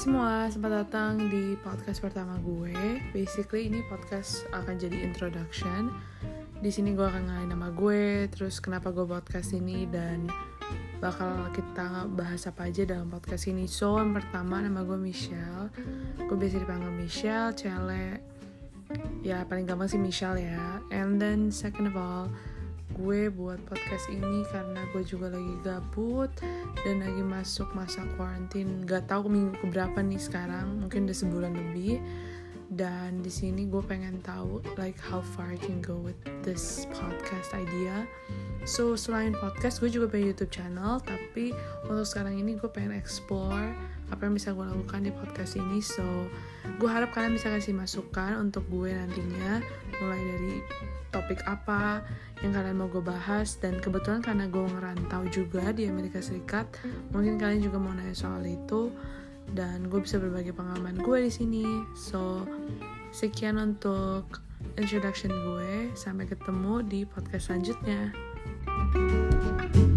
semua, selamat datang di podcast pertama gue. Basically ini podcast akan jadi introduction. Di sini gue akan ngenalin nama gue, terus kenapa gue podcast ini, dan bakal kita bahas apa aja dalam podcast ini. So, yang pertama, nama gue Michelle. Gue biasa dipanggil Michelle, Cele. Ya, paling gampang sih Michelle ya. And then second of all, gue buat podcast ini karena gue juga lagi gabut dan lagi masuk masa quarantine. Gak tahu minggu keberapa nih sekarang, mungkin udah sebulan lebih. Dan di sini gue pengen tahu like how far I can go with this podcast idea. So selain podcast, gue juga punya YouTube channel, tapi untuk sekarang ini gue pengen explore apa yang bisa gue lakukan di podcast ini. So gue harap kalian bisa kasih masukan untuk gue nantinya, mulai dari topik apa yang kalian mau gue bahas. Dan kebetulan karena gue ngerantau juga di Amerika Serikat, mungkin kalian juga mau nanya soal itu dan gue bisa berbagi pengalaman gue di sini. So sekian untuk introduction gue, sampai ketemu di podcast selanjutnya.